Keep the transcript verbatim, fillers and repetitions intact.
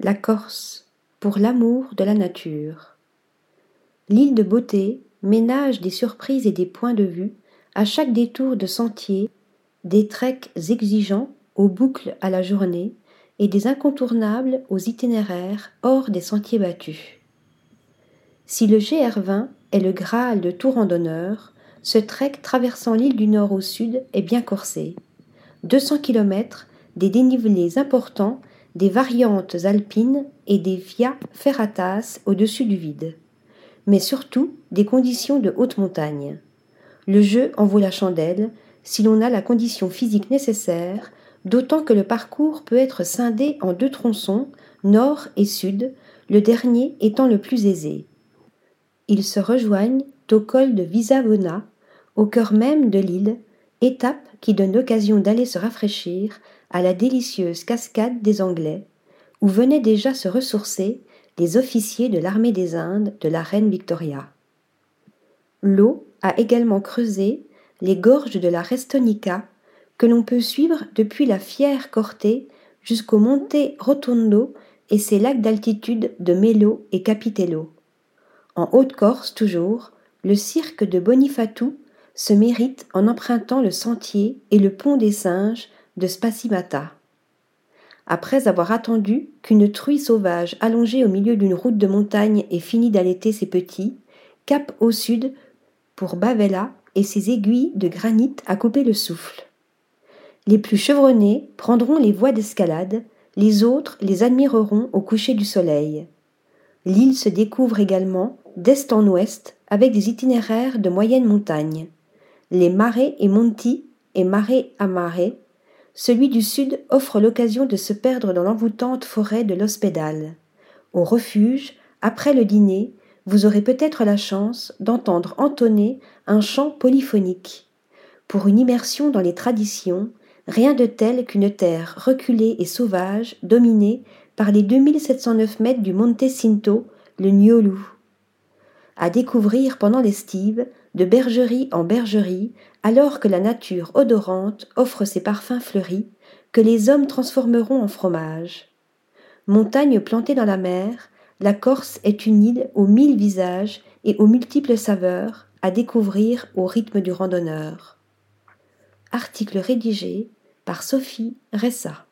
La Corse, pour l'amour de la nature. L'île de beauté ménage des surprises et des points de vue à chaque détour de sentier, des treks exigeants aux boucles à la journée et des incontournables aux itinéraires hors des sentiers battus. Si le G R vingt est le Graal de tout randonneur, ce trek traversant l'île du Nord au sud est bien corsé. deux cents kilomètres, des dénivelés importants, des variantes alpines et des via ferratas au-dessus du vide. Mais surtout des conditions de haute montagne. Le jeu en vaut la chandelle si l'on a la condition physique nécessaire, d'autant que le parcours peut être scindé en deux tronçons, nord et sud, le dernier étant le plus aisé. Ils se rejoignent au col de Visavona, au cœur même de l'île, étape qui donne l'occasion d'aller se rafraîchir à la délicieuse cascade des Anglais, où venaient déjà se ressourcer les officiers de l'armée des Indes de la reine Victoria. L'eau a également creusé les gorges de la Restonica, que l'on peut suivre depuis la fière Corte jusqu'au Monte Rotondo et ses lacs d'altitude de Melo et Capitello. En Haute-Corse toujours, le cirque de Bonifatou se mérite en empruntant le sentier et le pont des singes de Spassimata. Après avoir attendu qu'une truie sauvage allongée au milieu d'une route de montagne ait fini d'allaiter ses petits, cap au sud pour Bavella et ses aiguilles de granit à couper le souffle. Les plus chevronnés prendront les voies d'escalade, les autres les admireront au coucher du soleil. L'île se découvre également d'est en ouest avec des itinéraires de moyenne montagne. Les Mare et Monti et Mare a Mare. Celui du sud offre l'occasion de se perdre dans l'envoûtante forêt de l'Hospédale. Au refuge, après le dîner, vous aurez peut-être la chance d'entendre entonner un chant polyphonique. Pour une immersion dans les traditions, rien de tel qu'une terre reculée et sauvage dominée par les deux mille sept cent neuf mètres du Monte Cinto, le Niolu. À découvrir pendant l'estive, de bergerie en bergerie, alors que la nature odorante offre ses parfums fleuris, que les hommes transformeront en fromage. Montagne plantée dans la mer, la Corse est une île aux mille visages et aux multiples saveurs à découvrir au rythme du randonneur. Article rédigé par Sophie Ressa.